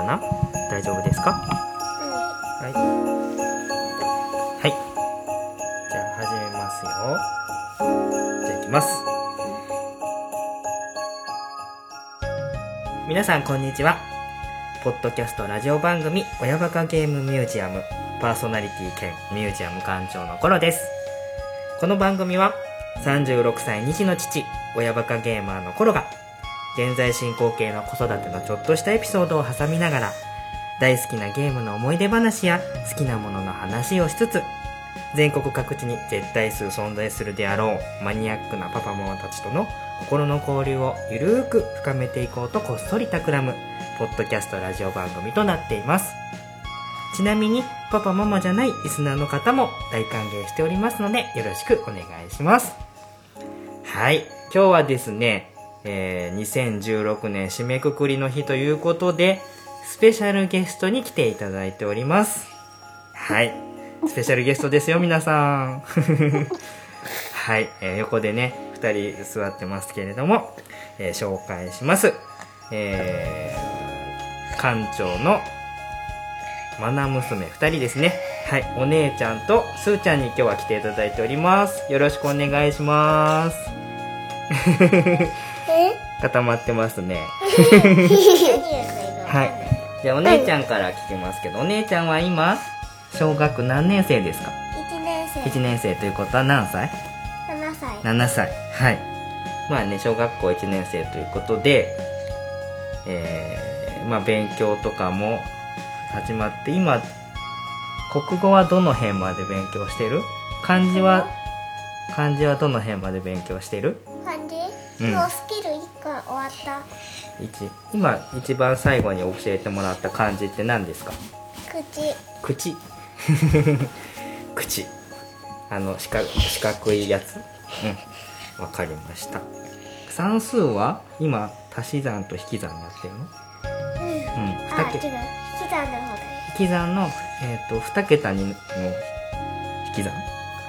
な？大丈夫ですか？はい。はい。じゃあ始めますよ。じゃあいきます。皆さんこんにちは。ポッドキャストラジオ番組親バカゲームミュージアムパーソナリティ兼ミュージアム館長のコロです。この番組は36歳2児の父、親バカゲーマーのコロが現在進行形の子育てのちょっとしたエピソードを挟みながら大好きなゲームの思い出話や好きなものの話をしつつ、全国各地に絶対数存在するであろうマニアックなパパママたちとの心の交流をゆるーく深めていこうとこっそり企むポッドキャストラジオ番組となっています。ちなみにパパママじゃないリスナーの方も大歓迎しておりますのでよろしくお願いします。はい、今日はですね、2016年締めくくりの日ということでスペシャルゲストに来ていただいております。はい、スペシャルゲストですよ皆さんはい、横でね2人座ってますけれども、紹介します。館長のマナ娘2人ですね。はい、お姉ちゃんとすーちゃんに今日は来ていただいております。よろしくお願いします固まってますねはい、じゃあお姉ちゃんから聞きますけど、お姉ちゃんは今小学何年生ですか ？1年生。 1年生ということは何歳 7歳。 7歳。はい。まあね、小学校1年生ということで、まあ勉強とかも始まって、今国語はどの辺まで勉強してる？漢字はどの辺まで勉強してる？ 漢字？ うん、 もうスキル1個終わった。 今一番最後に教えてもらった漢字って何ですか？口口四角いやつ。うん、わかりました。算数は今足し算と引き算やってるの？ 違う、引き算の方だよ。 引き算の2桁の引き算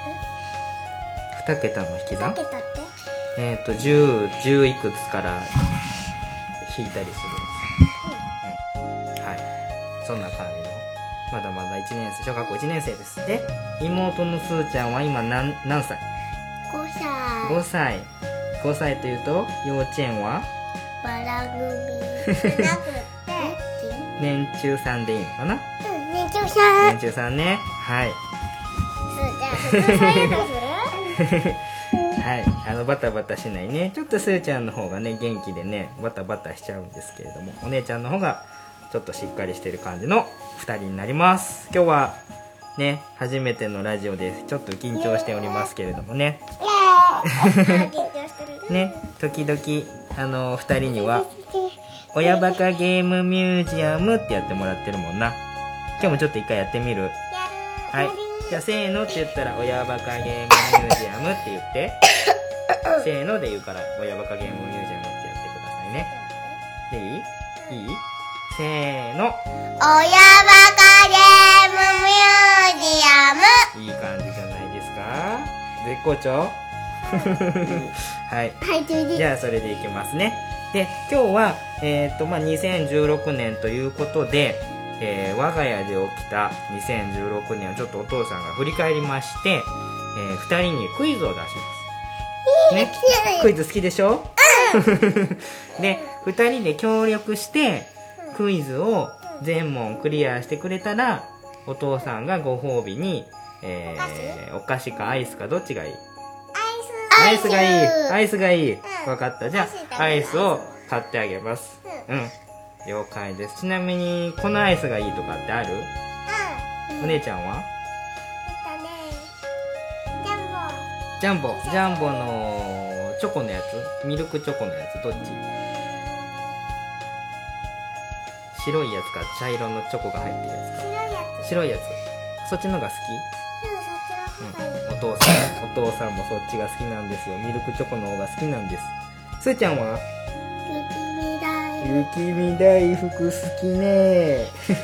2桁の引き算 2桁って 10いくつから引いたりするやつ。はい、そんな感じのまだまだ1年生、小学校1年生です。で、妹のすーちゃんは今何歳？5歳。5歳というと幼稚園はバラ組じゃなくて年中さんでいいのかな？ 年中さん。 年中さんね。はい。 じゃあ普通そういうのするはい、バタバタしないね。ちょっとすーちゃんの方がね元気でねバタバタしちゃうんですけれども、お姉ちゃんの方がちょっとしっかりしてる感じの2人になります。今日はね初めてのラジオでちょっと緊張しておりますけれどもねね、時々2人には親バカゲームミュージアムってやってもらってるもんな。今日もちょっと一回やってみる？はい、じゃあせーのって言ったら親バカゲームミュージアムって言ってせーので言うから親バカゲームミュージアムってやってくださいね。でいい？せーの、親バカゲームミュージアム。 いい感じじゃないですか？絶好調はい、じゃあそれでいきますね。で、今日は2016年ということで、我が家で起きた2016年をちょっとお父さんが振り返りまして、2人にクイズを出しますね。クイズ好きでしょ？で、2人で協力してクイズを全問クリアしてくれたらお父さんがご褒美に、お菓子かアイスかどっちがいい？アイスがいい。アイスがいい。分かった。じゃあアイスを買ってあげます。うん、了解です。ちなみにこのアイスがいいとかってある？お姉ちゃんは？ジャンボのチョコのやつ？ミルクチョコのやつどっち？白いやつか茶色のチョコが入ってるやつか？白いやつ。そっちのが好き？お父さんもそっちが好きなんですよ。ミルクチョコの方が好きなんです。すーちゃんは？雪見大福好きね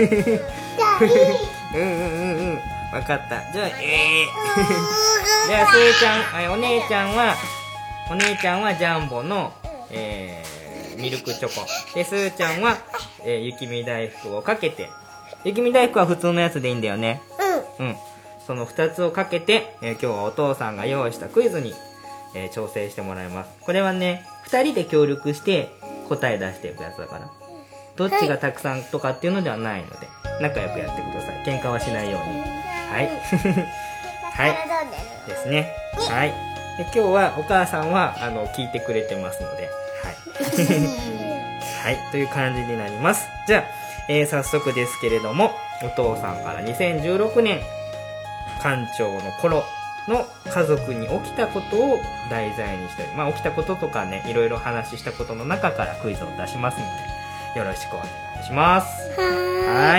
うん分かった。じゃあじゃあすーちゃん、お姉ちゃんはジャンボの、 ミルクチョコで、すーちゃんは、雪見大福をかけて、雪見大福は普通のやつでいいんだよね。その2つをかけて、今日はお父さんが用意したクイズに、挑戦してもらいます。これはね、2人で協力して答え出していくやつだから、どっちがたくさんとかっていうのではないので、仲良くやってください。喧嘩はしないように。はいはいですね。はい。で、今日はお母さんは聞いてくれてますので、はいはい、という感じになります。じゃあ、早速ですけれども、お父さんから2016年館長の頃の家族に起きたことを題材にして、起きたこととかね、いろいろ話したことの中からクイズを出しますので、よろしくお願いします。はい。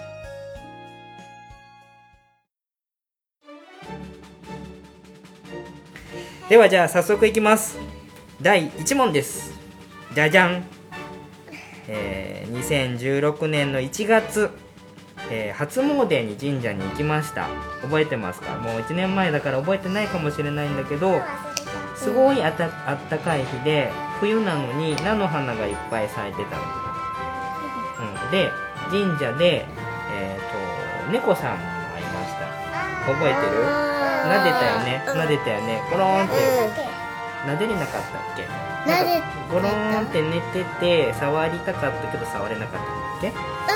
ではじゃあ早速いきます。第1問です。じゃじゃん。2016年の1月、初詣に神社に行きました。覚えてますか？もう1年前だから覚えてないかもしれないんだけど、すごいあったかい日で、冬なのに菜の花がいっぱい咲いてたの。で、神社で、猫さんに会いました。覚えてる？撫でたよね。撫でたよね。ゴローンって。撫でれなかったっけ？ゴローンって寝てて、触りたかったけど触れなかったんだっけ？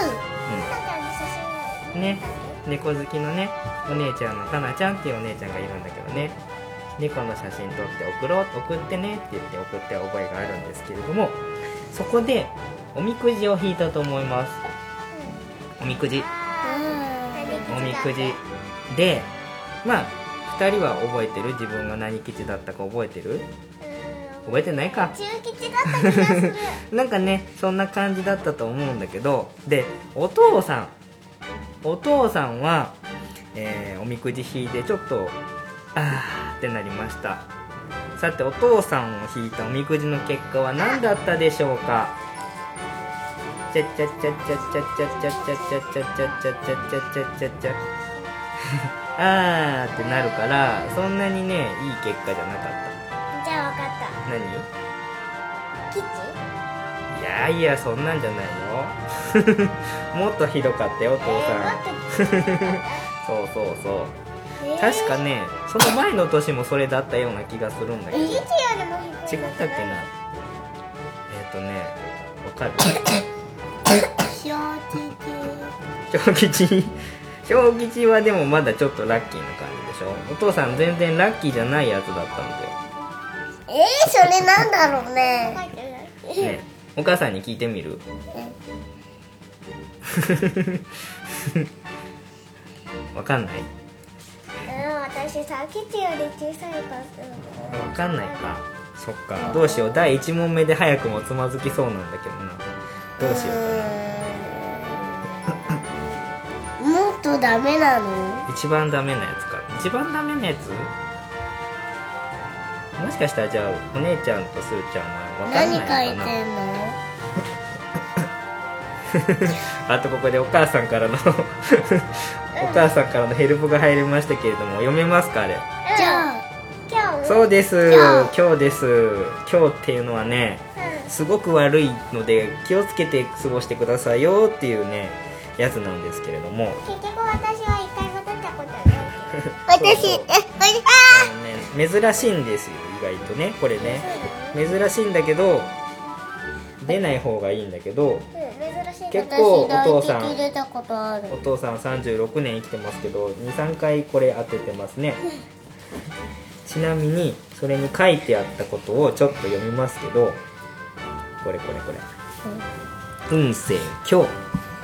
ね、猫好きのね、お姉ちゃんのかなちゃんっていうお姉ちゃんがいるんだけどね、猫の写真撮って送ってねって言って送って覚えがあるんですけれども、そこでおみくじを引いたと思います。おみくじで、2人は覚えてる？自分が何吉だったか覚えてる？覚えてないか。 中吉だった気がするなんかね、そんな感じだったと思うんだけど、で、お父さんは、おみくじ引いてちょっとってなりました。さて、お父さんを引いたおみくじの結果は何だったでしょうか？ちゃっちゃっちゃっちゃっちゃっちゃっちゃっちゃっちゃっちゃっちゃっちゃっちゃっちゃっちゃっちゃっちゃってなるから、そんなにね、いい結果じゃなかった。 じゃあ分かった。 何？ 吉？ いやそんなんじゃないよもっとひどかったよ、お父さん。そう、確かね、その前の年もそれだったような気がするんだけど。違ったっけな。わかる？小吉はでもまだちょっとラッキーな感じでしょ。お父さん全然ラッキーじゃないやつだったんだよ。 それなんだろうね。 ね、お母さんに聞いてみる？わかんない？ 私さ、吉より小さいからわかんないか。そっか、どうしよう。第1問目で早くもつまずきそうなんだけどな。どうしようかな。 もっとダメなの？ 一番ダメなやつか。一番ダメなやつ？もしかしたらじゃあお姉ちゃんとすーちゃんは分かんないのかな。 何書いてんの？ あとここでお母さんからのヘルプが入りましたけれども、読めますかあれ？ じゃあ今日？ そうです。今日です。今日っていうのはね、すごく悪いので気をつけて過ごしてくださいよっていうねやつなんですけれども、 結局私は一回も出たことないそう珍しいんですよ、意外とね。これね珍しいんだけど、出ない方がいいんだけど、結構お父さん36年生きてますけど 2,3 回これ当ててますね。ちなみにそれに書いてあったことをちょっと読みますけど、これ、運勢今日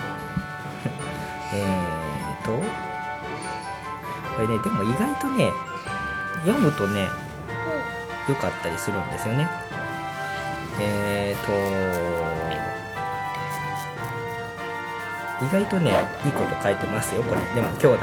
これね、でも意外とね読むとね良かったりするんですよね。意外とねいいこと書いてますよ、これ。でも今日だ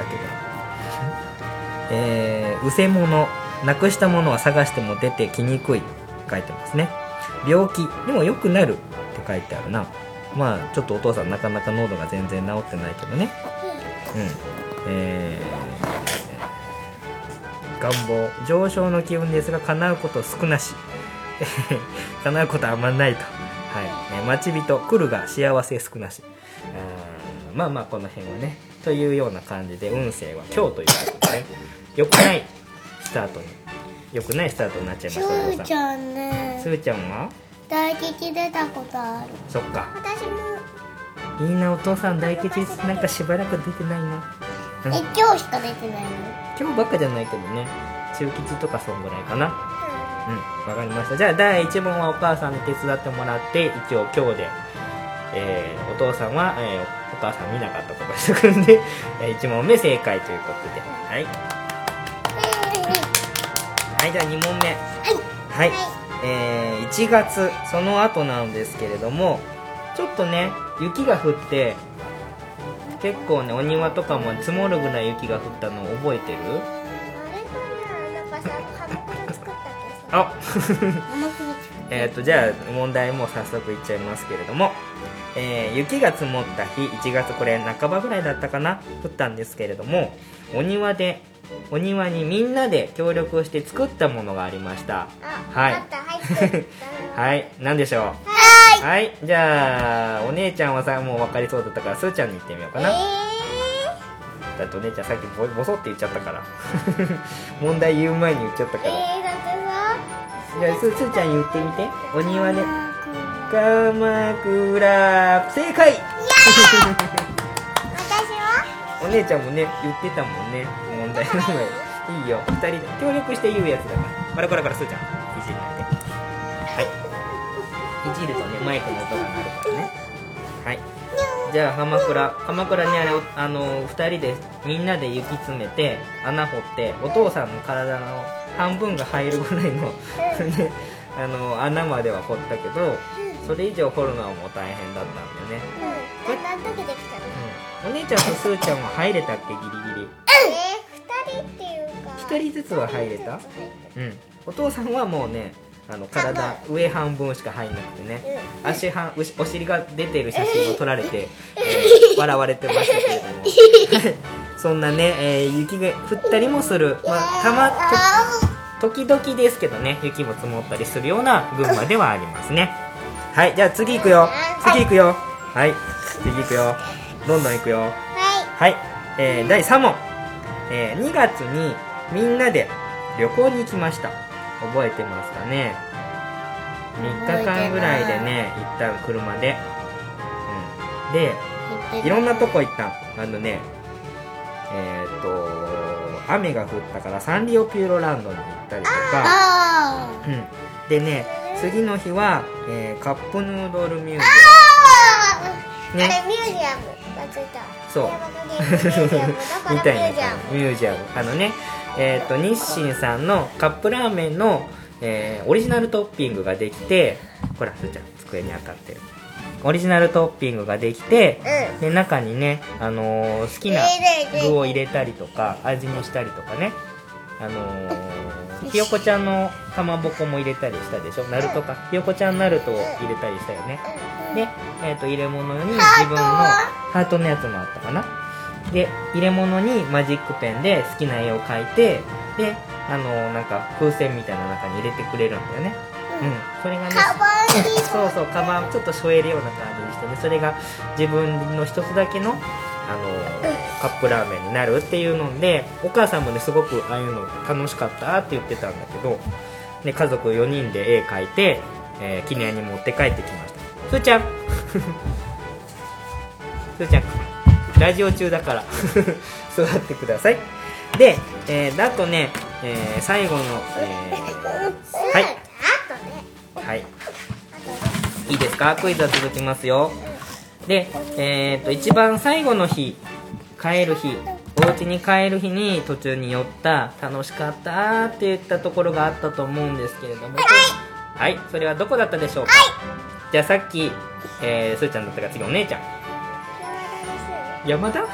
けどうせ者、なくしたものは探しても出てきにくい書いてますね。病気でも良くなるって書いてあるな。ちょっとお父さんなかなか喉が全然治ってないけどね。願望、上昇の気分ですが叶うこと少なし叶うことあんまないと。 はい、待ち人来るが幸せ少なし。まあまあこの辺はねというような感じで運勢は今日ということでね良くないスタートになっちゃいました。 すーちゃんね、 すーちゃんは大吉出たことある。 そっか、 私も。 いいな、お父さん大吉なんかしばらく出てないな。 今日しか出てないの？ 今日ばっかじゃないけどね、中吉とかそんぐらいかな。わかりました。じゃあ第1問はお母さんに手伝ってもらって、一応今日で、お父さんは、お母さん見なかったことにしてくんで、1問目正解ということで、はいはい、じゃあ2問目はい、1月その後なんですけれども、ちょっとね雪が降って結構ねお庭とかも積もるぐらい雪が降ったのを覚えてる？ なんかさ、葉っぱで作ったっけさ。 じゃあ問題も早速いっちゃいますけれども、雪が積もった日、1月これ半ばぐらいだったかな、降ったんですけれども、お庭にみんなで協力して作ったものがありました。はいあった、入ってる。 はい、何でしょう？はい、じゃあお姉ちゃんはさもう分かりそうだったから、すーちゃんに言ってみようかな。だってお姉ちゃんさっきボソって言っちゃったから問題言う前に言っちゃったから、 だってさ。 じゃあすーちゃん言ってみて。お庭で鎌倉正解私は？ お姉ちゃんもね言ってたもんね、問題の前。いいよ、2人で協力して言うやつだから。これすーちゃんいじんないで。はい、いじるとねマイクの音が鳴るからね。はい、じゃあ鎌倉に2人でみんなで雪詰めて穴掘って、お父さんの体の半分が入るぐらいのね、穴までは掘ったけど、それ以上掘るのはもう大変だったんだよね。 だんだん溶けてきた。 お姉ちゃんとすーちゃんは入れたっけ？ギリギリ二人っていうか。 1人ずつは入れた？お父さんはもうね体上半分しか入んなくてね、お尻が出てる写真を撮られて、笑われてましたけれどもそんなね、雪が降ったりもする、時々ですけどね、雪も積もったりするような群馬ではありますね。はい、じゃあ次行くよ。はい、次行くよ。どんどん行くよ。はい、第3問、2月にみんなで旅行に行きました。覚えてますかね。3日間ぐらいでね行った車で、でいろんなとこ行った。雨が降ったからサンリオピューロランドに行ったりとか、でね次の日は、カップヌードルミュージアムね、 あれミュージアムがついた。 そうみたいなミュージアム日清さんのカップラーメンの、オリジナルトッピングができて、ほらすーちゃん机に当たってるオリジナルトッピングができて、で中にね、好きな具を入れたりとか味にしたりとかね、ひよこちゃんのかまぼこも入れたりしたでしょ。ナルトか、ひよこちゃんナルトを入れたりしたよね。で、入れ物に自分のハートのやつもあったかな。で入れ物にマジックペンで好きな絵を描いて、でなんか風船みたいな中に入れてくれるんだよね。それがね、そうカバンちょっと添えるような感じにしてね、それが自分の一つだけのカップラーメンになるっていうので、お母さんもねすごくああいうの楽しかったって言ってたんだけど、で家族4人で絵描いて、記念に持って帰ってきました。すーちゃんすーちゃんラジオ中だから座ってください。で、あとね、最後の、はいいいですか、クイズは続きますよ。で、一番最後の日、帰る日、お家に帰る日に途中に寄った楽しかったって言ったところがあったと思うんですけれども、はい、それはどこだったでしょうか。じゃあさっき、すーちゃんだったから次お姉ちゃん。山田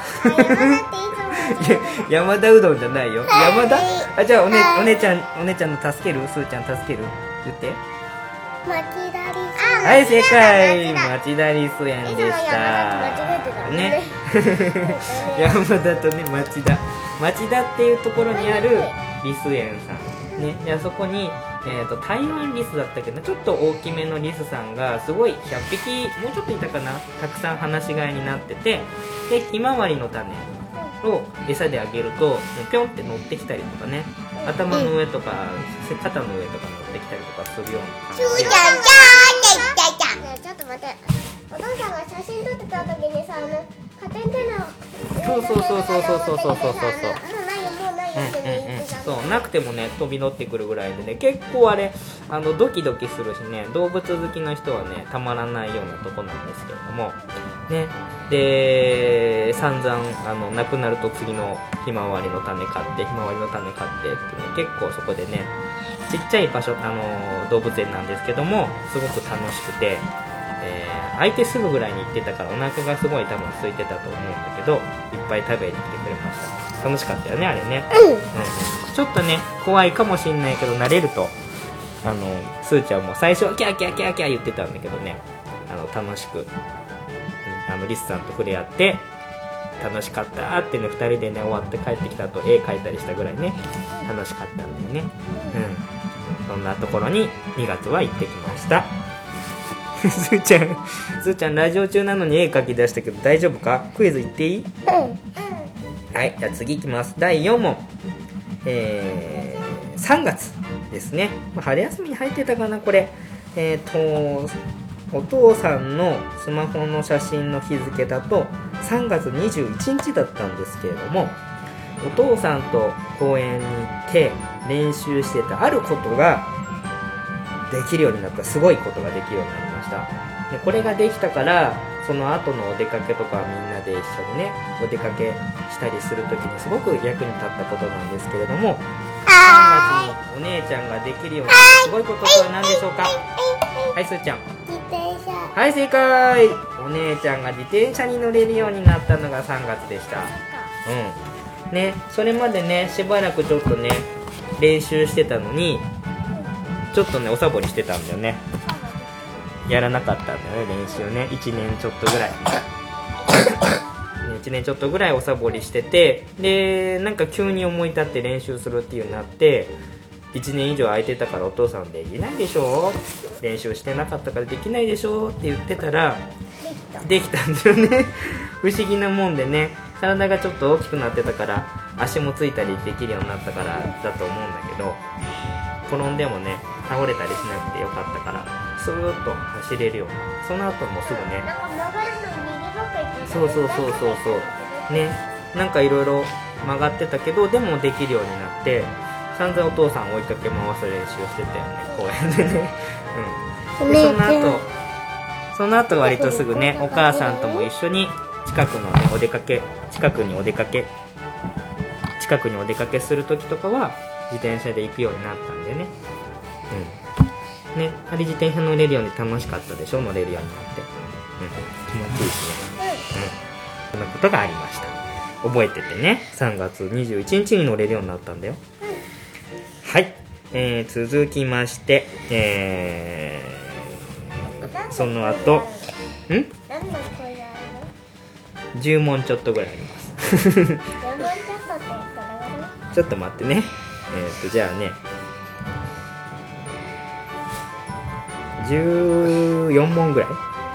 山田うどんじゃないよ。山田。あ、じゃあお姉ちゃんの助ける、すーちゃん助ける言って。 町田リスはい、正解。町田リス園でしたね。山田とね町田っていうところにあるリス園さんね。であそこに台湾リスだったけどちょっと大きめのリスさんがすごい100匹もうちょっといたかな、たくさん放し飼いになってて、でひまわりの種を餌であげるとピョンって乗ってきたりとかね、頭の上とか肩の上とか乗ってきたりとかするような感じで、 ねえちょっと待って、お父さんが写真撮ってた時にさ、加点ってのそうなくてもね飛び乗ってくるぐらいでね、結構あれドキドキするしね、動物好きの人はねたまらないようなとこなんですけれどもね。で散々亡くなると次のひまわりの種買ってってね、結構そこでねちっちゃい場所動物園なんですけどもすごく楽しくて、空いてすぐぐらいに行ってたからお腹がすごい多分空いてたと思うんだけど、いっぱい食べに来てくれました。楽しかったよねあれね、ちょっとね怖いかもしんないけど慣れるとすーちゃんも最初はキャーキャーキャーキャー言ってたんだけどね、楽しくリスさんと触れ合って楽しかったってね、2人でね終わって帰ってきた後絵描いたりしたぐらいね楽しかったんだよね。そんなところに2月は行ってきました。すーちゃんラジオ中なのに絵描き出したけど大丈夫か？クイズ言っていい？はい、じゃあ次いきます。第4問、3月ですね。春休みに入ってたかなこれ。お父さんのスマホの写真の日付だと3月21日だったんですけれども、お父さんと公園に行って練習してたあることができるようになった、すごいことができるようになりました。でこれができたからその後のお出かけとかみんなで一緒にねお出かけしたりするときにすごく役に立ったことなんですけれども、3月にお姉ちゃんができるようになったすごいこととは何でしょうか？はい、すーちゃん。 自転車。 はい、正解。お姉ちゃんが自転車に乗れるようになったのが3月でした。ね、それまでねしばらくちょっとね練習してたのにちょっとねおサボりしてたんだよね。やらなかったんだよね練習ね。1年ちょっとぐらい1年ちょっとぐらいおサボりしてて、でなんか急に思い立って練習するっていうようになって、1年以上空いてたからお父さんできないでしょ、練習してなかったからできないでしょって言ってたらできたんだよね不思議なもんでね、体がちょっと大きくなってたから足もついたりできるようになったからだと思うんだけど、転んでもね倒れたりしなくてよかったからスーッと走れるような、その後もすぐねなんか曲がるのに右ばっかり行ってた。 そうね、なんかいろいろ曲がってたけどでもできるようになって、散々お父さん追いかけ回す練習してたよね公園でね、でその後割とすぐねお母さんとも一緒に近くにお出かけする時とかは自転車で行くようになったんでね。ね、あれ自転車乗れるように楽しかったでしょ、乗れるようになって。気持ちいいですね。そんなことがありました。覚えててね、3月21日に乗れるようになったんだよ。はい、続きまして、その後何の声あるの 10問ちょっとぐらいあります 10問ちょっとってどれぐらい？ ちょっと待ってね。じゃあね14問ぐらい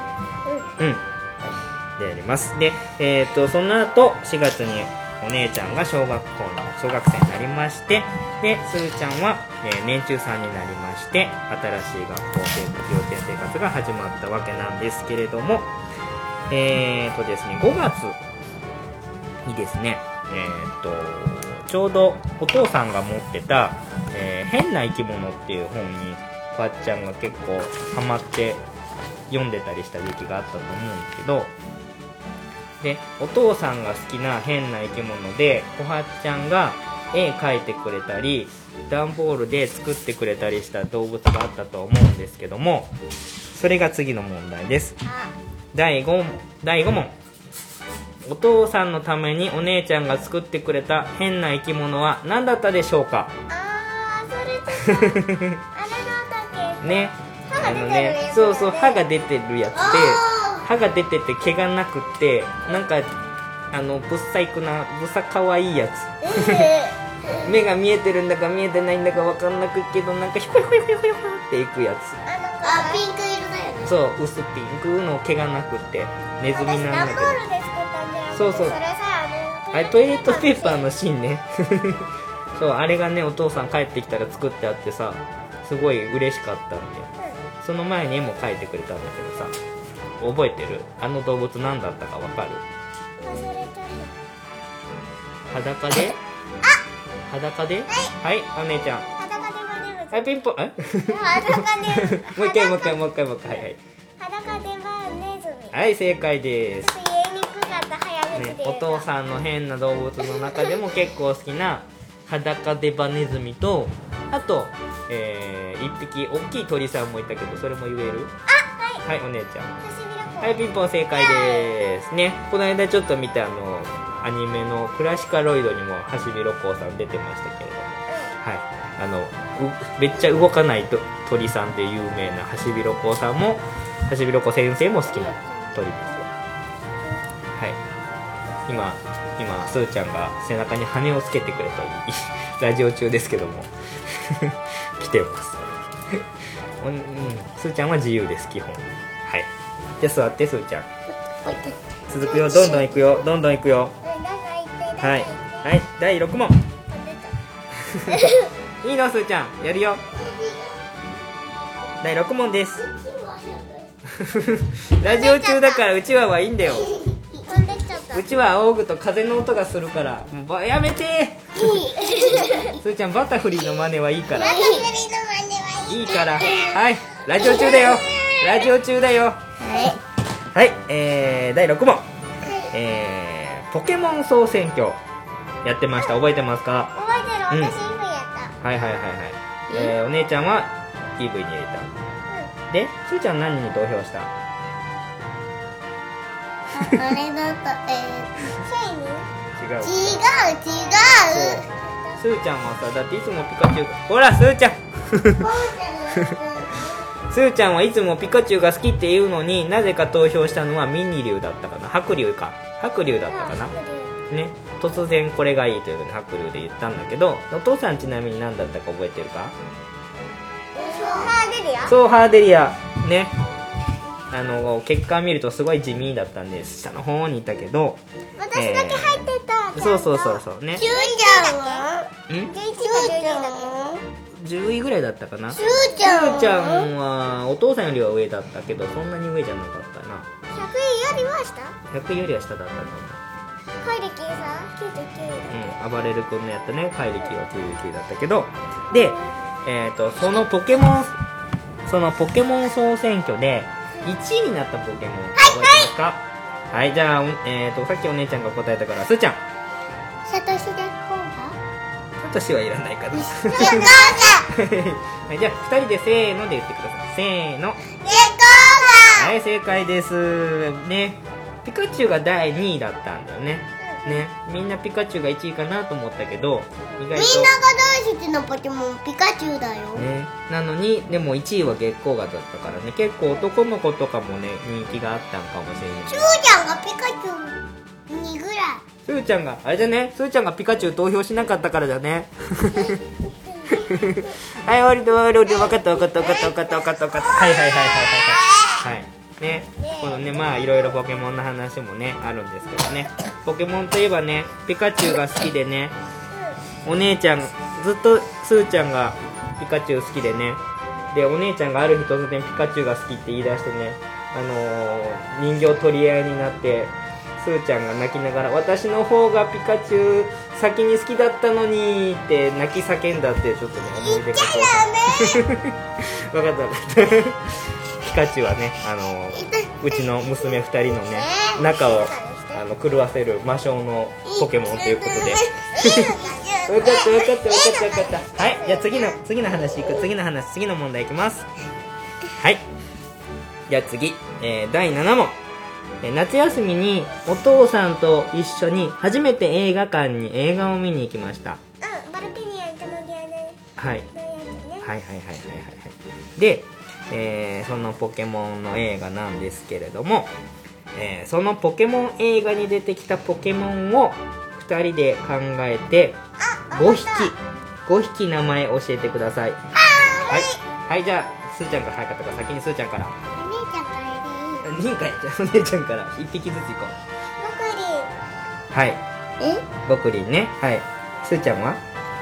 でやります。で、その後4月にお姉ちゃんが小学生になりまして、で、すーちゃんは、年中さんになりまして、新しい学校幼稚園生活が始まったわけなんですけれども、ですね、5月にですね、ちょうどお父さんが持ってた、変な生き物っていう本にばっちゃんが結構ハマって読んでたりした時期があったと思うんですけど、でお父さんが好きな変な生き物でこはちゃんが絵描いてくれたり段ボールで作ってくれたりした動物があったと思うんですけども、それが次の問題です。第5問、お父さんのためにお姉ちゃんが作ってくれた変な生き物は何だったでしょうか？ それとさあれなんだっけね、 歯が出てるやつ、 そう歯が出てるやつで、歯が出てて毛がなくってなんかぶっさかわいいやつ目が見えてるんだか見えてないんだか分かんなくけど、なんかひょこひょこひょこひょこひょこっていくやつ。 ピンク色だよね。 そう、薄ピンクの毛がなくってネズミなんだけど、 段ボールで作ったんだよね。 そうそう、 それさ、 あれトイレットペーパーの芯ねそう、あれがね、お父さん帰ってきたら作ってあってさ、すごい嬉しかったんで、その前に絵も描いてくれたんだけどさ、覚えてる？あの動物何だったか分かる？ 忘れちゃった。 裸で？裸で？はい、お姉ちゃん。 裸でバネはい、ピンポン。 裸でもう一回、はいはい。 裸でバネズミ。 はい、正解です。 ちょっと言いにくかった、早口で言うと。 お父さんの変な動物の中でも結構好きな裸デバネズミと、あと、一匹大きい鳥さんもいたけど、それも言える？はい、お姉ちゃん。はい、ピンポン正解ですね。この間ちょっと見たアニメのクラシカロイドにもハシビロコウさん出てましたけれども、はい、めっちゃ動かない鳥さんで有名なハシビロコウさんも、ハシビロコウ先生も好きな鳥ですよ。はい、今スーちゃんが背中に羽をつけてくれとラジオ中ですけども来てますスーちゃんは自由です基本。はい、じゃあ座って、スーちゃん。続くよ、どんどんいくよ。はい、第6問いいの、スーちゃん、やるよ。第6問ですラジオ中だからうちわはいいんだよ。うちわ仰ぐと風の音がするから、もうやめてスーちゃん、バタフリーの真似はいいから、いいから。はい、ラジオ中だよ。はい、第6問、ポケモン総選挙やってました。覚えてますか？ 覚えてる、私 EV やった。 はい、お姉ちゃんは EV に入れた。で、スーちゃん何に投票した？ あれだった、違う。 スーちゃんはさ、だっていつもピカチュウが、ほらスーちゃんスーちゃんはいつもピカチュウが好きって言うのに、なぜか投票したのはミニリュウだったかな、白竜だったかなね。突然これがいいというので白竜で言ったんだけど、お父さんちなみに何だったか覚えてるか？そう、ハーデリアね。結果見るとすごい地味だったんで下の方にいたけど、 私だけ入ってた。 そうね。 スーちゃんは11か12だっ 10位ぐらいだったかな。 け。スーちゃんはお父さんよりは上だったけど、そんなに上じゃなかったな。 100位よりは下。 100位よりは下だったと思う。 怪力さ99位だ。 暴れる君のやったね、怪力は99だったけど、で、そのポケモン総選挙で1位になったポケモン覚えてますか？はい、じゃあ、さっきお姉ちゃんが答えたから、スーちゃん。 サトシでこうサトシはいらないかな。 がはい、じゃあ2人でせーので言ってください。せーの。はい、正解ですね。ピカチュウが第2位だったんだよね。みんなピカチュウが1位かなと思ったけど、意外とみんなが大好きなポケモンピカチュウだよ。 なのに、でも1位は月光河だったからね、結構男の子とかもね、人気があったんかもしれない。 スーちゃんがピカチュウ2ぐらい。 スーちゃんが、あれじゃね、スーちゃんがピカチュウ投票しなかったからだね。はい、終わり、分かった。はい。ね、このね、まあいろいろポケモンの話もねあるんですけどね、ポケモンといえばね、ピカチュウが好きでね、お姉ちゃんずっとスーちゃんがピカチュウ好きでね、でお姉ちゃんがある日突然ピカチュウが好きって言い出してね、人形取り合いになって、スーちゃんが泣きながら、私の方がピカチュウ先に好きだったのにって泣き叫んだって、ちょっとね思い出が分かったピカチュウはね、うちの娘2人のね仲を狂わせる魔性のポケモンということで分かった。はい、じゃあ次の話いく。次の問題いきます。はい、じゃあ次、第7問。夏休みにお父さんと一緒に初めて映画館に映画を見に行きました。 バルケニアンとのギャね。 はい。で、そのポケモンの映画なんですけれども、そのポケモン映画に出てきたポケモンを2人で考えて、 5匹5匹名前教えてください。はいはい、じゃあすーちゃんが早かったから先にすーちゃんから。 お姉ちゃんからでいい？ いいんかい。じゃあお姉ちゃんから1匹ずついこボクリン。 う。はいボクリンね。はい、すーちゃんは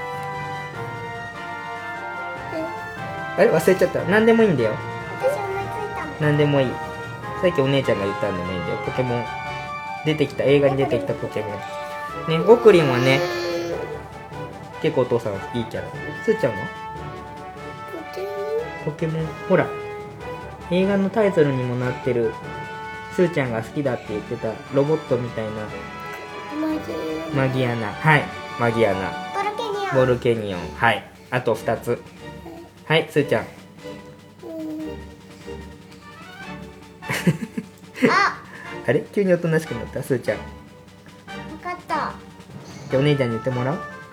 あれ忘れちゃった。何でもいいんだよ。 私思いついたもん。 何でもいい。さっきお姉ちゃんが言ったんでもいいんだよ。ポケモン出てきた、映画に出てきたポケモンね。ボクリンはね結構お父さんいいキャラ。すーちゃんはポケモン、ほら映画のタイトルにもなってる、すーちゃんが好きだって言ってたロボットみたいなマギアナ。はい、マギアナ、ボルケニオン。はい、あと2つ。はい、すーちゃん。あれ急におとなしくなった、すーちゃん。 分かった。 じゃあお姉ちゃんに言ってもらおう。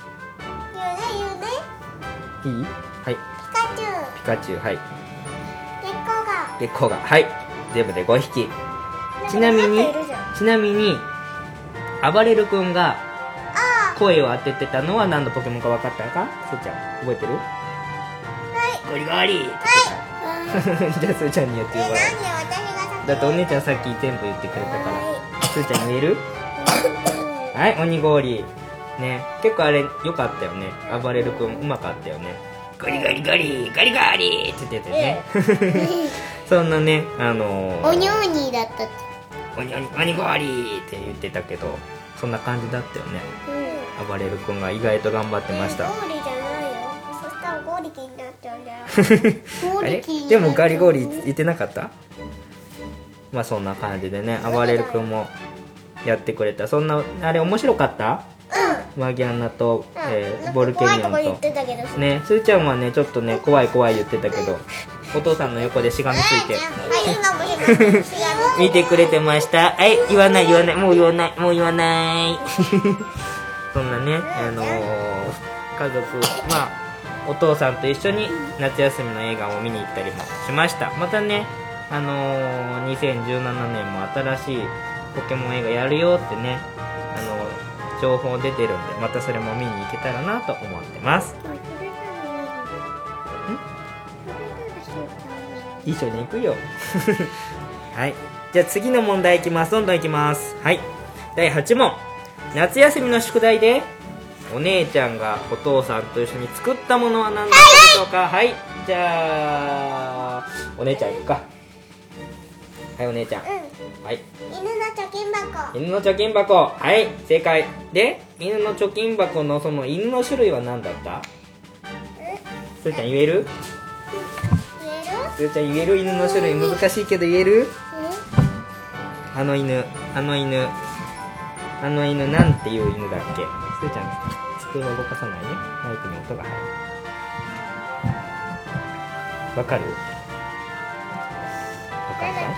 言うね。 いい？はい。 ピカチュウ。 ピカチュウ。はい。 月光が。 はい。全部で5匹。ちなみに暴れる君が声を当ててたのは何のポケモンか分かったか？すーちゃん覚えてる？ゴリゴリって言ってた。じゃあすーちゃんに言ってもらおう。だってお姉ちゃんさっき全部言ってくれたからすーちゃんに言える？はい、鬼氷ね。結構あれ良かったよね。暴れる君うまかったよね。ゴリゴリゴリゴリゴリって言っててね。そんなねおにょにだったって。 鬼氷って言ってたけどそんな感じだったよね。暴れる君が意外と頑張ってました。 ゴーリじゃないよ。そしたらゴーリキになっちゃうんだよ。 あれでもガリゴリ言ってなかった？まあそんな感じでね、暴れる君もやってくれた。そんなあれ面白かった？マギアナと、ボルケニオンとね。すーちゃんはねちょっとね怖い言ってたけどお父さんの横でしがみついて見てくれてました。はい、言わないもう言わないそんなね家族まあお父さんと一緒に夏休みの映画を見に行ったりもしました。またね2017年も新しいポケモン映画やるよってね情報出てるんでまたそれも見に行けたらなと思ってます。一緒に行くよはい、じゃあ次の問題いきます。どんどんいきます。はい、第8問。夏休みの宿題でお姉ちゃんがお父さんと一緒に作ったものは何だったでしょうか？はい、じゃあお姉ちゃん行くか。はい、お姉ちゃん。はい。犬の貯金箱。はい、正解。で、犬の貯金箱のその犬の種類は何だった？すーちゃん言える？すーちゃん言える？犬の種類難しいけど言える？あの犬なんていう犬だっけ？すーちゃん机は動かさないね。マイクに音が入る。わかる？わかんない？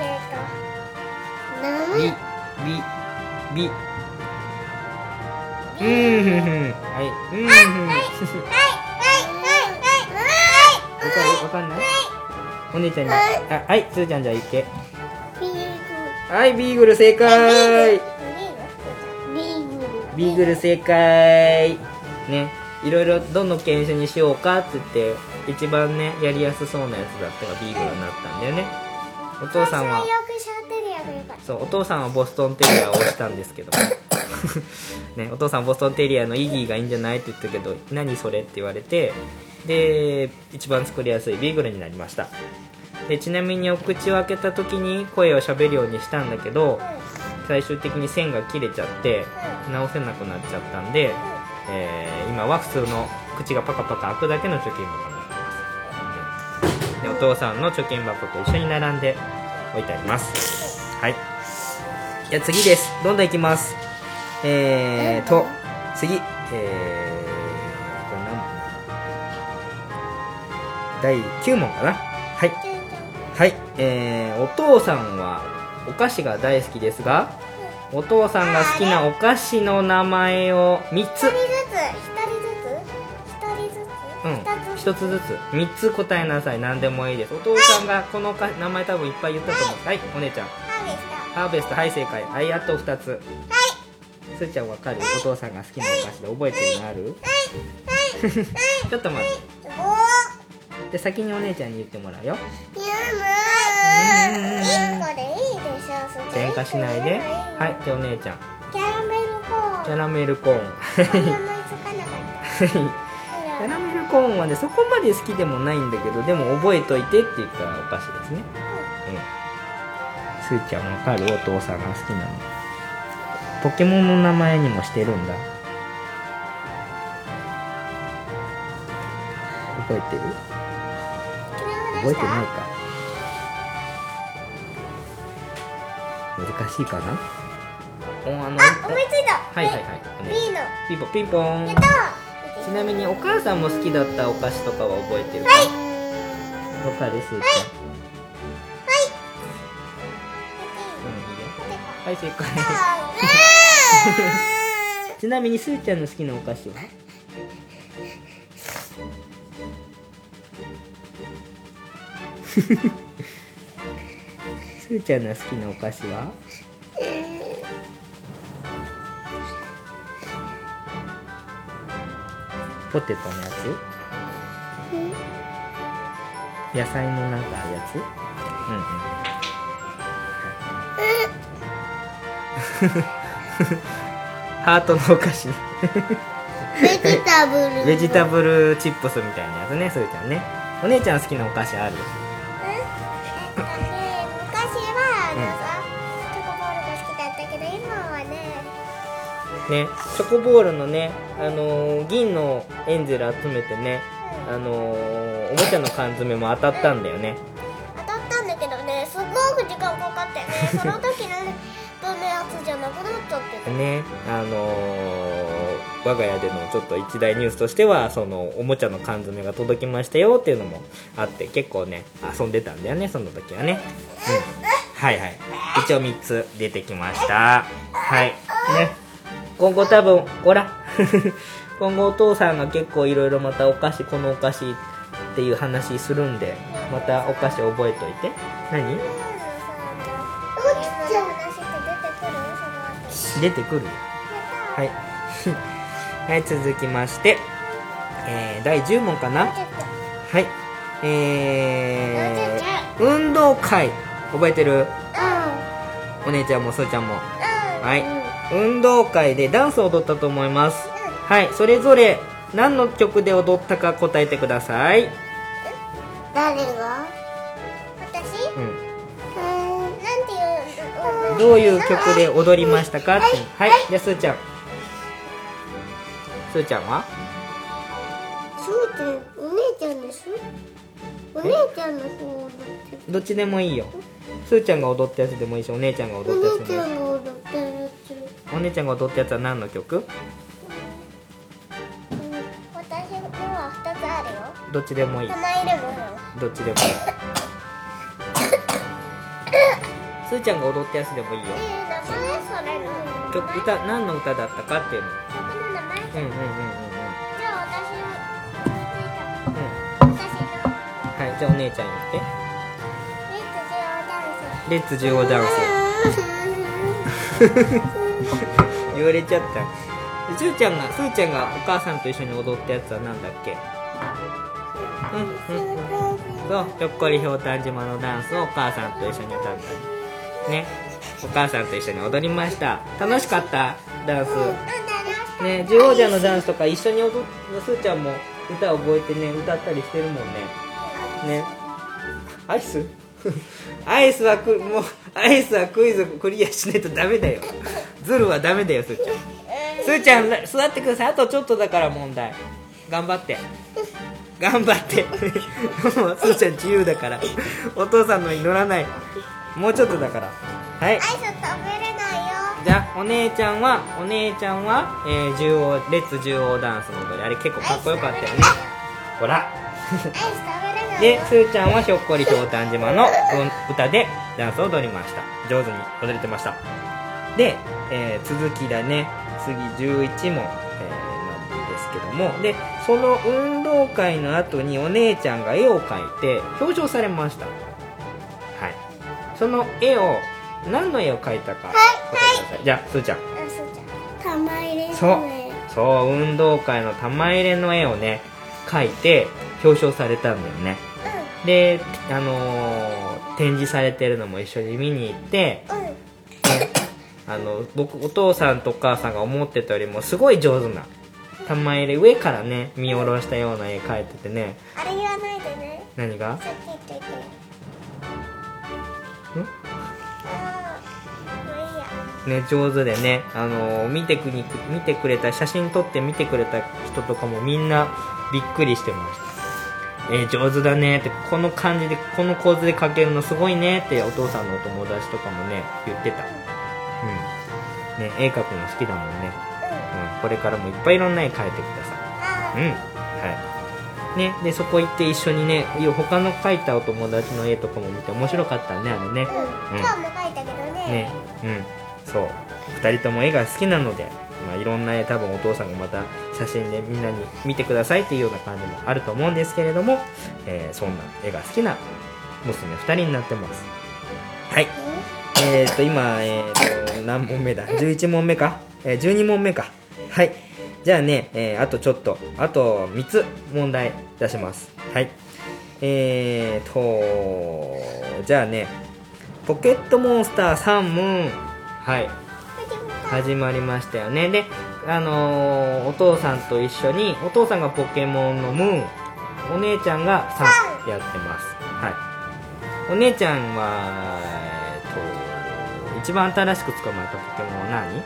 ビわかんない？お姉ちゃんにはい、すーちゃんじゃあ行け。はい、ビーグル正解。ビーグル正解ね。いろいろどの犬種にしようかって言って一番ねやりやすそうなやつだったがビーグルになったんだよね。お父さんはお父さんはボストンテリアを押したんですけどね、お父さんボストンテリアのイギーがいいんじゃないって言ったけど何それって言われて、で一番作りやすいビーグルになりました。でちなみにお口を開けた時に声を喋るようにしたんだけど最終的に線が切れちゃって直せなくなっちゃったんで、今は普通の口がパカパカ開くだけの貯金箱になってます。でお父さんの貯金箱と一緒に並んで置いてあります。はい、じゃあ次です。どんどんいきます。次、これ何問？第9問かな。はい、はい、お父さんはお菓子が大好きですがお父さんが好きなお菓子の名前を3つ1つずつ3つ答えなさい。何でもいいです。お父さんがこの名前多分いっぱい言ったと思う。はい、お姉ちゃんハーベスト。はい、正解。はい、あと2つ。 すーちゃんわかる？お父さんが好きなお菓子で覚えてるのある？ちょっと待って。で先にお姉ちゃんに言ってもらうよ。 1個でいいでしょ。 喧嘩しないで。はい、じゃあお姉ちゃん。 キャラメルコーン。 キャラメルコーン。 名前つかなかった。 キャラメルコーンはね、そこまで好きでもないんだけど、でも覚えといてって言ったお菓子ですね。すーちゃんわかる？お父さんが好きなの。ポケモンの名前にもしてるんだ。覚えてる？覚えてないか。難しいかな。 思いついた。 はいはいはい。 B のピンポンピンポン。 やった。 ちなみにお母さんも好きだったお菓子とかは覚えてるか？わかる？すーちゃん。はい、正解。ちなみにすーちゃんの好きなお菓子は？すーちゃんの好きなお菓子は？ポテトのやつ？野菜のなんかあるやつ？ハートのお菓子。 ベジタブル。 ベジタブルチップスみたいなやつね、すーちゃんね。お姉ちゃん好きなお菓子ある？ 昔はチョコボールが好きだったけど、今はね、 チョコボールのね、銀のエンゼル集めてね、おもちゃの缶詰も当たったんだよね。 当たったんだけどね、すごく時間かかってね、その時のやつじゃなくなっちゃってたね。我が家でのちょっと一大ニュースとしては、そのおもちゃの缶詰が届きましたよっていうのもあって、結構ね遊んでたんだよね、その時はね。はいはい、一応3つ出てきました。はいね、今後多分ほら今後お父さんが結構いろいろまたお菓子、このお菓子っていう話するんで、またお菓子覚えといて。何？出てくる？はい。はい、続きまして、第10問かな。はい。運動会覚えてる？お姉ちゃんもすーちゃんも。はい。運動会でダンスを踊ったと思います。はい。それぞれ何の曲で踊ったか答えてください。 誰が？私？なんていう？ どういう曲で踊りましたかって。はい。じゃあすーちゃん。すーちゃんは？ すーちゃん、お姉ちゃんです。お姉ちゃんの方踊ってる。 どっちでもいいよ。すーちゃんが踊ったやつでもいいし、お姉ちゃんが踊ったやつでもいい。お姉ちゃんが踊ったやつは何の曲？ 私には2つあるよ。 どっちでもいい。 名前でもどっちでもいい。すーちゃんが踊ったやつでもいいよ。 それの歌、何の歌だったかっていうの。 曲の名前？じゃあはい、じゃあお姉ちゃん言って。レッツジオダンス。言われちゃった。すーちゃんがお母さんと一緒に踊ったやつはなんだっけ？そう、ひょっこりひょうたん島のダンスをお母さんと一緒に歌ったね。お母さんと一緒に踊りました。楽しかったダンスね。ジオージャのダンスとか一緒に踊って、すーちゃんも歌を覚えてね、歌ったりしてるもんね。ね、アイスアイスはクイズクリアしないとダメだよ。ズルはダメだよ、すーちゃん。すーちゃん座ってください。あとちょっとだから問題。頑張って頑張ってもうすーちゃん自由だからお父さんのに乗らない。もうちょっとだから。はい、 アイス食べれないよ。 じゃあお姉ちゃんはレッツ中央ダンスの踊り、あれ結構かっこよかったよね。ほらアイス食べれないで、 よ。 すーちゃんはひょっこりひょうたん島の歌でダンスを踊りました。上手に踊れてました。で、続きだね。次11問、なんですけども、でその運動会の後にお姉ちゃんが絵を描いて表彰されました。はい、その絵を何の絵を描いたか答えてください。じゃあすーちゃん。 卵。 そう運動会の玉入れの絵をね描いて表彰されたんだよね。で展示されてるのも一緒に見に行って、僕お父さんとお母さんが思ってたよりもすごい上手な玉入れ、上からね見下ろしたような絵描いててね。 あれ言わないでね。 何が？ さっき言っといて。もういいや。 ね、上手でね、見てくれた、写真撮って見てくれた人とかもみんなびっくりしてました。上手だねって、この感じでこの構図で描けるのすごいねってお父さんのお友達とかもね言ってた。ね、絵描くの好きだもんね。これからもいっぱいいろんな絵描いてください。はい。ね、でそこ行って一緒にね他の描いたお友達の絵とかも見て面白かったね、あれね。 今日も描いたけどね。 そう2人とも絵が好きなので、いろんな絵多分お父さんがまた写真でみんなに見てくださいっていうような感じもあると思うんですけれども、そんな絵が好きな娘2人になってます。はい。今何問目だ？11問目か、12問目か。はい。じゃあね、あと3つ問題出します。はい。じゃあね、ポケットモンスターサンムーン、はい、始まりましたよね。で、お父さんと一緒に、お父さんがポケモンのムーン、お姉ちゃんがサンやってます。はい。お姉ちゃんは、一番新しく捕まえたポケモンは何？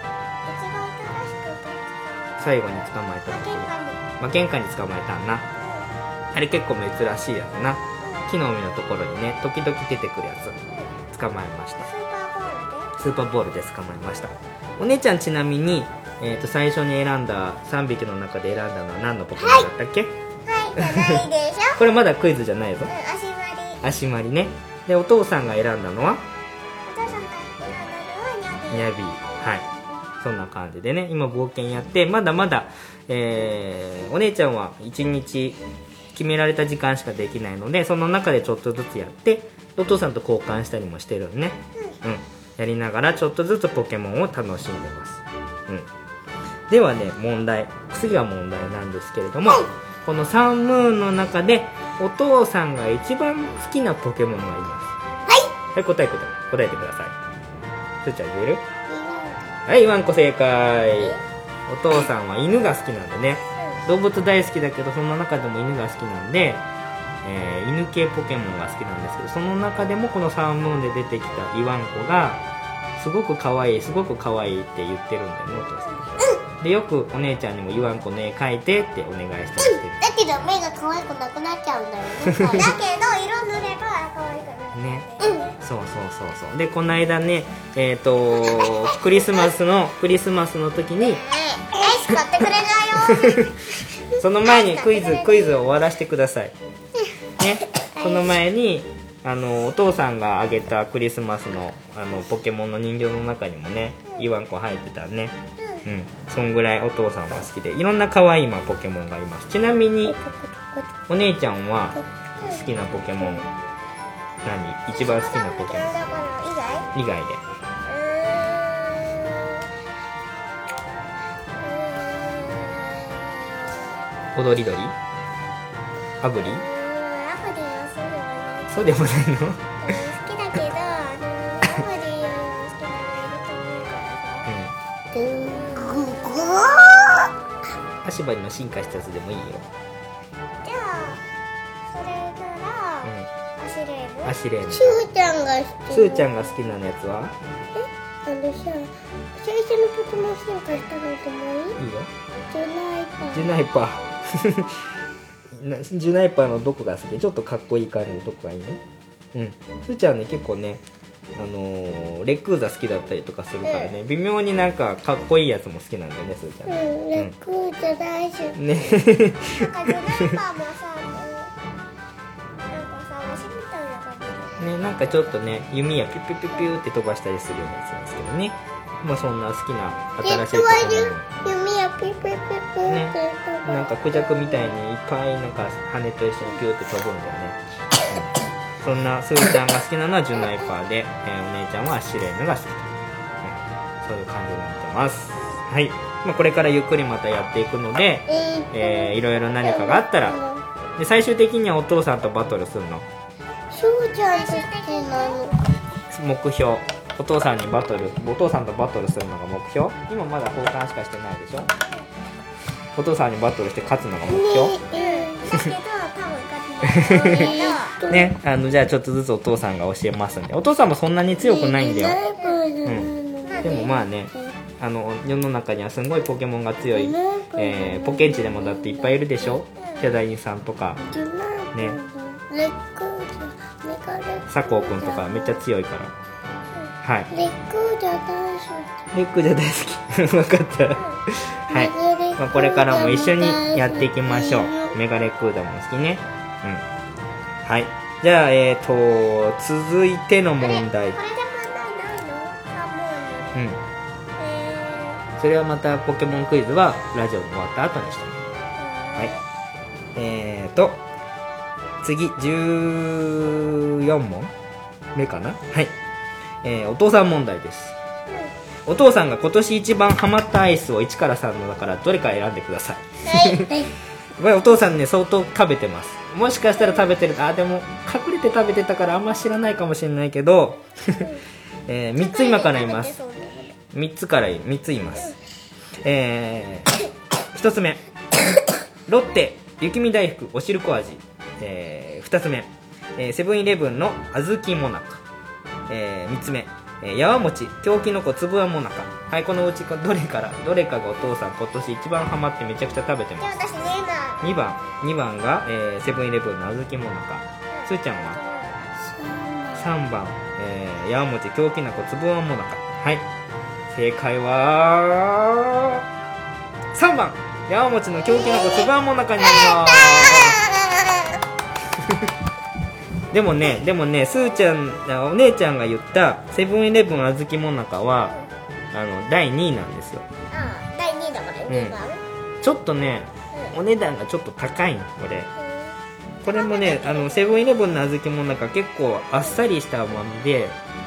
最後に捕まえたポケモン。玄関に捕まえたんな。あれ結構珍しいやつな。木の実のところにね、時々出てくるやつ捕まえました。スーパーボールで捕まえました。お姉ちゃんちなみに、最初に選んだ3匹の中で選んだのは何のポケモンだったっけ？ はいじゃないでしょ。 これまだクイズじゃないぞ。 足まりね。でお父さんが選んだのはお父さんが選んだのはニャビー。はい、そんな感じでね、今冒険やって、まだまだ、お姉ちゃんは1日決められた時間しかできないので、その中でちょっとずつやってお父さんと交換したりもしてるのね。やりながらちょっとずつポケモンを楽しんでます。ではね、次は問題なんですけれども、このサンムーンの中でお父さんが一番好きなポケモンがいます。はい、答えてください。すーちゃん言える？はい、ワンコ正解。お父さんは犬が好きなんでね、動物大好きだけどその中でも犬が好きなんで、犬系ポケモンが好きなんですけど、その中でもこのサンムーンで出てきたイワンコがすごく可愛いって言ってるんだよね、お父さん。でよくお姉ちゃんにもイワンコの絵描いてってお願いしたりしてる。 だけど目が可愛くなくなっちゃうんだよね。だけど色塗れば可愛くなるね。そうでこの間ね、クリスマスの時にアイス買ってくれないよ。 その前にクイズを終わらせてくださいね。その前にお父さんがあげたクリスマスのポケモンの人形の中にもねイワンコ入ってたね。そんぐらいお父さんは好きで、いろんな可愛いポケモンがいます。ちなみにお姉ちゃんは好きなポケモン一番好きなポケモン以外で。踊り鳥？アブリ？そうでもないの？ 好きだけど、アブリよりも好きなのいると思うからさ。 アシバリの進化したやつでもいいよ。 じゃあそれなら、 アシレーヌ。 スーちゃんが好き。 スーちゃんが好きなやつは？ 最初のポケモン進化したのでもいい？いいよ。 ジュナイパー。ジュナイパーのどこが好き？ちょっとかっこいい感じのどこがいいの？スーちゃんね結構ね、レックーザ好きだったりとかするからね、微妙になんかかっこいいやつも好きなんだよね、スーちゃん。 レックーザ大好きね。なんかジュナイパーもさ、なんかさ、虫みたいな感じね、なんかちょっとね弓やピュピュピュピュって飛ばしたりするようなやつなんですけどね。そんな好きな新しいポケモン。 弓やピュピュピュピュって飛ばなんかクジャクみたいにいっぱいなんか羽と一緒にピューって飛ぶんだよね。そんなスーちゃんが好きなのはジュナイパーで、お姉ちゃんはアシュレーヌが好きと、そういう感じになってます。 はい、これからゆっくりまたやっていくので、いろいろ何かがあったら、で最終的にはお父さんとバトルするの。 そうちゃんとしてなの。 目標、お父さんとバトルするのが目標。今まだ交換しかしてないでしょ。お父さんにバトルして勝つのが目標。 だけど多分勝てないけどね、じゃあちょっとずつお父さんが教えますんで。お父さんもそんなに強くないんだよ。でもまあね、世の中にはすごいポケモンが強い、ポケンチでもだっていっぱいいるでしょ。ヒャダインさんとかね、佐藤くんとかめっちゃ強いから。はい。 レックーダ大好レックじゃ大好き。分かった。はい。これからも一緒にやっていきましょう。メガレックーダも好きね。はい。じゃあ続いての問題。 これで問題ないの？ それはまたポケモンクイズはラジオが終わった後にしたね。はい。次14問目かな。はい。お父さん問題です。お父さんが今年一番ハマったアイスを1から3の中からどれか選んでください。これお父さんね相当食べてます。もしかしたら食べてる、でも隠れて食べてたからあんま知らないかもしれないけど3つ今から言います。3つ言います。1つ目ロッテ雪見大福おしるこ味、2つ目、セブンイレブンの小豆もなか、3つ目、やわ餅京きのこつぶあんもなか。はい、このうちどれかがお父さん今年一番ハマってめちゃくちゃ食べてます。 私 2番が、セブンイレブンの小豆もなか。すーちゃんは3番、やわ餅京きのこつぶあんもなか。はい、正解は3番やわ餅の京きのこつぶあんもなかになります。でもね、すーちゃん、お姉ちゃんが言ったセブンイレブンあずきもなかは第2位なんですよ。 第2位だから2番、 ちょっとね、お値段がちょっと高いのこれもね、セブンイレブンのあずきもなか結構あっさりした甘みで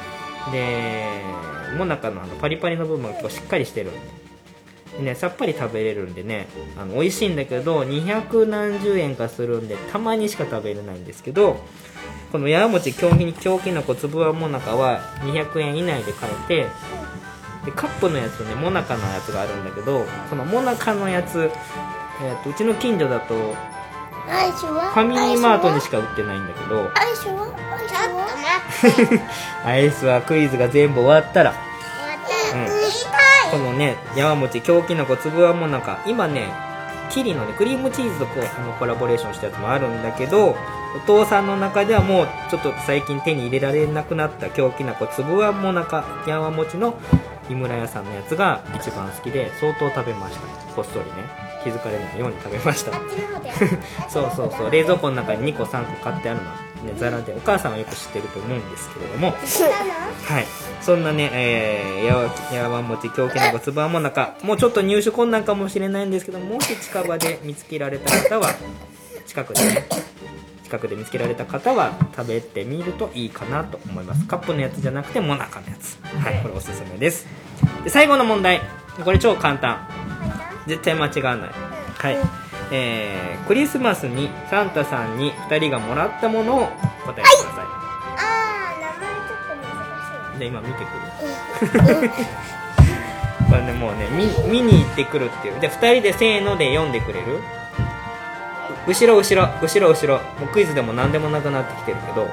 もなかのパリパリの部分が結構しっかりしてるんでね、さっぱり食べれるんでね、美味しいんだけど200何十円かするんでたまにしか食べれないんですけど、このやわ餅京きのこつぶあんもなかは200円以内で買えて、でカップのやつとねもなかのやつがあるんだけど、このもなかのやつ、うちの近所だとファミリーマートにしか売ってないんだけど、 アイスはちょっと待ってアイスはクイズが全部終わったら、このねやわ餅京きのこつぶあんもなか、今ねキリのねクリームチーズとコラボレーションしたやつもあるんだけど、お父さんの中ではもうちょっと最近手に入れられなくなった京きなこつぶあんもなかやわ餅の井村屋さんのやつが一番好きで相当食べました。こっそりね気づかれないように食べました。そう冷蔵庫の中に2個3個買ってあるのね、ザラでお母さんはよく知ってると思うんですけれども、はい、そんなね、やわ餅京きなこつぶあんもなか、もうちょっと入手困難かもしれないんですけど、もし近場で見つけられた方は近くで見つけられた方は食べてみるといいかなと思います。カップのやつじゃなくてもなかのやつ、はい、これおすすめです。で最後の問題、これ超簡単、絶対間違わない。はい、クリスマスにサンタさんに2人がもらったものを答えてください。 名前ちょっと難しい。 で今見てくるこれねもうね 見に行ってくるっていう。で2人でせーので読んでくれる？後ろもうクイズでも何でもなくなってきてるけど、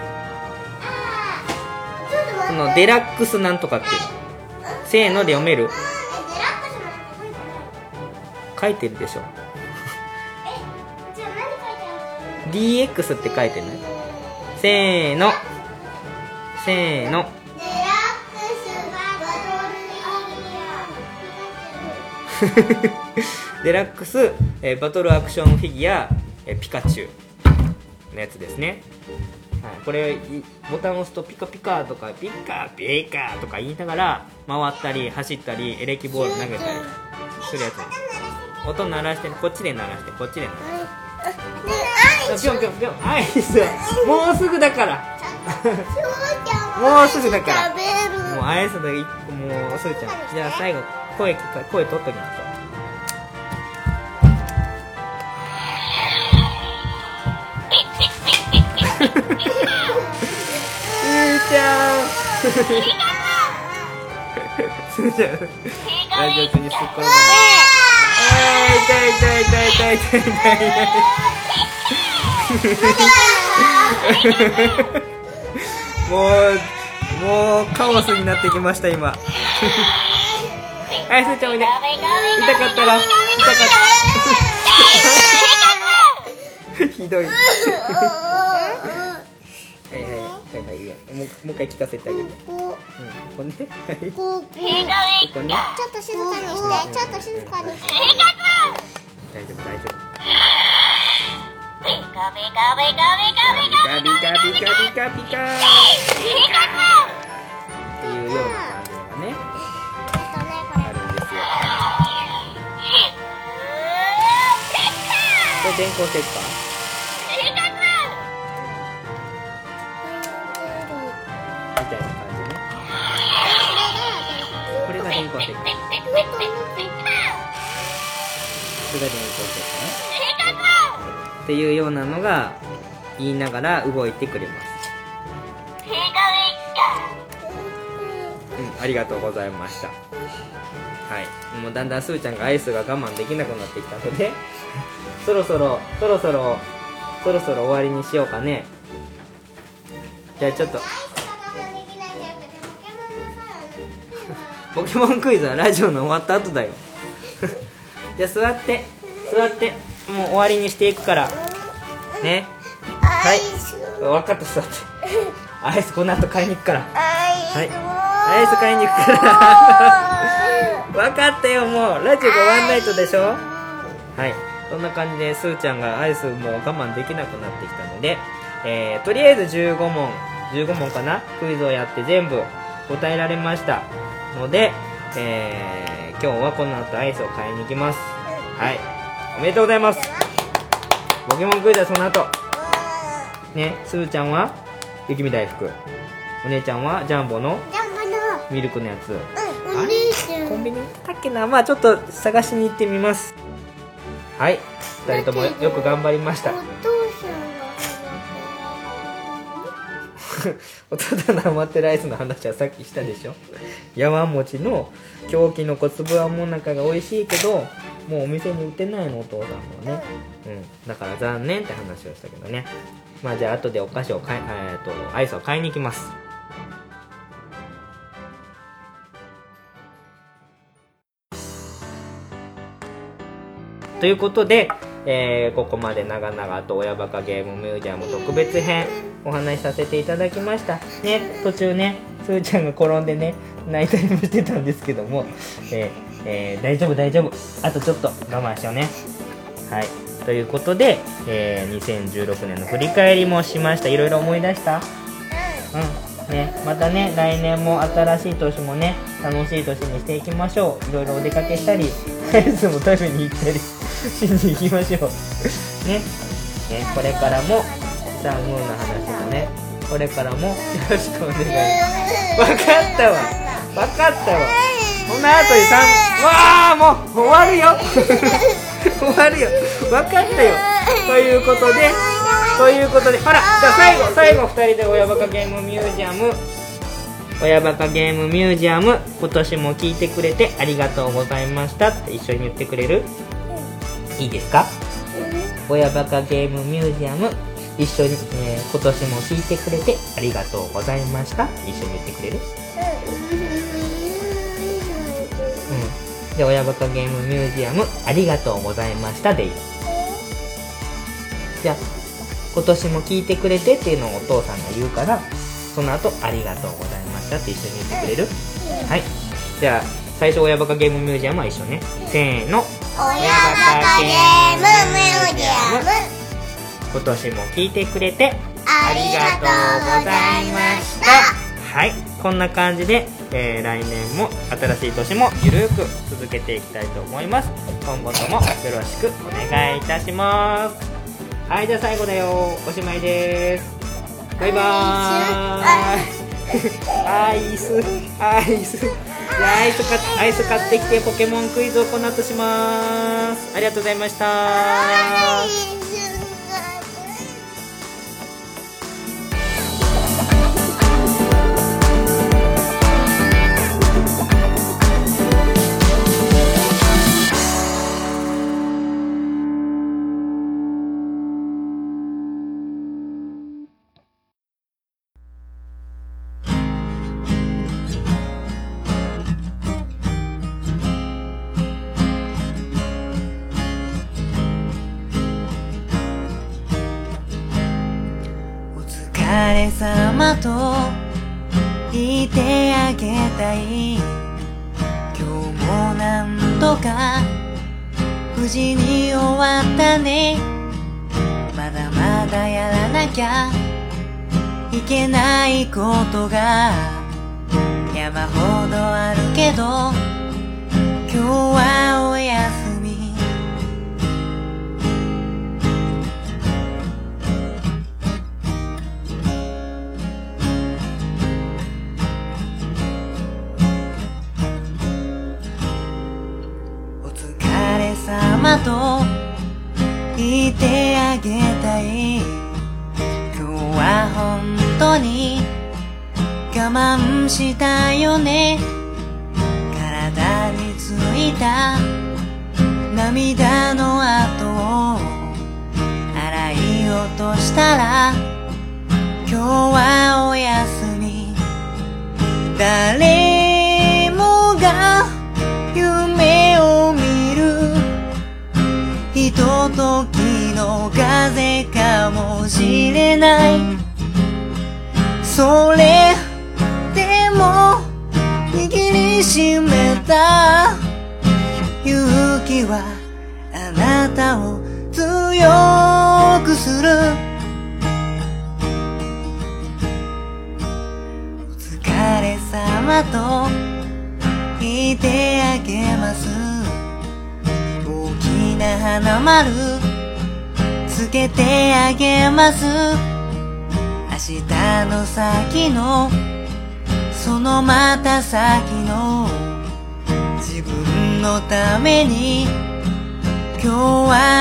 そのデラックスなんとかっていうせーので読める？書いてるでしょ。 じゃあ何書いてあるの？ DX って書いてない？せーのデラックスバトルフィギュアデラックス、バトルアクションフィギュア、ピカチュウのやつですね。はい、これボタンを押すとピカピカとかピカピカとか言いながら回ったり走ったりエレキボール投げたりするやつ。音鳴らして、こっちで鳴らしてこっちで鳴らして、ぴょんぴょんぴょん。アイスもうすぐだからもうすぐだから、もうアイスで1個、もうすーちゃん、じゃあ最後声取っときましょう。すーちゃんすーちゃんラジオ中にすっ転んだ。痛い痛い痛い痛い痛い痛いもうカオスになってきました今。はい、すーちゃんおいで。痛かったらひどい。はいはいいいよ。もう一回聞かせてあげて。ここね。ここね。 ちょっと静かにして、ちょっと静かにして。 大丈夫大丈夫。 ビカビカビカビカビカビカビカビカビカビカっていうような感じがねあるんですよ。これ電光石火みたいな感じね。これが電光石火。これが電光石火ね。っていうようなのが言いながら動いてくれます。ありがとうございました。はい、もうだんだんすーちゃんがアイスが我慢できなくなってきたのでそろそろ終わりにしようかね。じゃあちょっとポケモンクイズはラジオの終わった後だよじゃあ座ってもう終わりにしていくからね。はい、分かった、座ってアイスこの後買いに行くから。はい、アイス買いに行くから分かったよ、もうラジオが終わんないとでしょ。はい、そんな感じですーちゃんがアイスもう我慢できなくなってきたので、とりあえず15問かな、クイズをやって全部答えられましたので、今日はこの後アイスを買いに行きます。はい、おめでとうございます。ポケモンクイズはその後ね。すーちゃんは雪見大福、お姉ちゃんはジャンボのミルクのやつ。コンビニだっけな。まあちょっと探しに行ってみます。はい、2人ともよく頑張りました。お父さんの余ってるアイスの話はさっきしたでしょ。やわん餅の狂気の小粒あんもなかが美味しいけどもうお店に売ってないの、お父さんもね。だから残念って話をしたけどね。まあじゃあ後でお菓子をアイスを買いに行きます。ということで、ここまで長々と親バカゲームミュージアム特別編お話しさせていただきましたね。途中ねすーちゃんが転んでね泣いたりもしてたんですけども、大丈夫あとちょっと我慢しようね。はい、ということで、2016年の振り返りもしました。いろいろ思い出した。ね、またね来年も新しい年もね楽しい年にしていきましょう。いろいろお出かけしたりアイスも食べに行ったりしに行きましょうね。これからもサームーンの話もねこれからもよろしくお願いします。分かったわこの後にわあもう終わるよ分かったよ。ということでほら、じゃあ最後2人で親バカゲームミュージアム今年も聞いてくれてありがとうございましたって一緒に言ってくれる？いいですか？親バカゲームミュージアム一緒に、今年も聞いてくれてありがとうございましたって一緒に言ってくれる？で親バカゲームミュージアムありがとうございましたでいい。じゃあ今年も聞いてくれてっていうのをお父さんが言うから、その後ありがとうございましたって一緒に言ってくれる？はい、じゃあ最初親バカゲームミュージアムは一緒ね。せーの、 親バカゲームミュージアム今年も聞いてくれてありがとうございました。 はい、こんな感じで、来年も新しい年もゆるく続けていきたいと思います。今後ともよろしくお願いいたします。はい、じゃあ最後だよ、おしまいです。バイバーイ。アイスじゃあアイス買ってきてポケモンクイズをこの後します。ありがとうございました。 お疲れ様と言ってあげたい。今日もなんとか無事に終わったね。まだまだやらなきゃいけないことが山ほどあるけど、今日はお休み。お疲れ様と言ってあげたい。今日は本当に我慢したよね。体についた涙の跡を洗い落としたら、今日はお休み。誰もが夢を見るひとときの風かもしれない。それでも握りしめた勇気はあなたを強くする。お疲れ様と言ってあげます。大きな花丸つけてあげます。明日の先のそのまた先の自分のために今日は